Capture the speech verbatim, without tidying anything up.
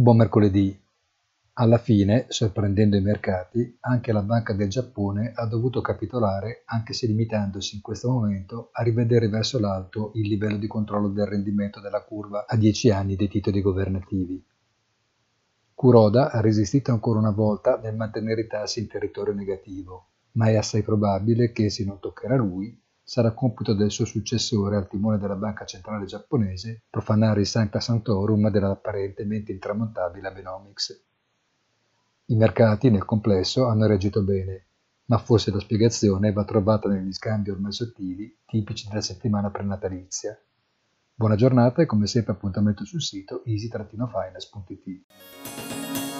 Buon mercoledì. Alla fine, sorprendendo i mercati, anche la Banca del Giappone ha dovuto capitolare, anche se limitandosi in questo momento a rivedere verso l'alto il livello di controllo del rendimento della curva a dieci anni dei titoli governativi. Kuroda ha resistito ancora una volta nel mantenere i tassi in territorio negativo, ma è assai probabile che, se non toccherà lui, sarà compito del suo successore al timone della Banca Centrale Giapponese profanare il Sancta Sanctorum dell'apparentemente intramontabile Abenomics. I mercati, nel complesso, hanno reagito bene, ma forse la spiegazione va trovata negli scambi ormai sottili, tipici della settimana prenatalizia. Buona giornata e come sempre appuntamento sul sito easy-finance punto it.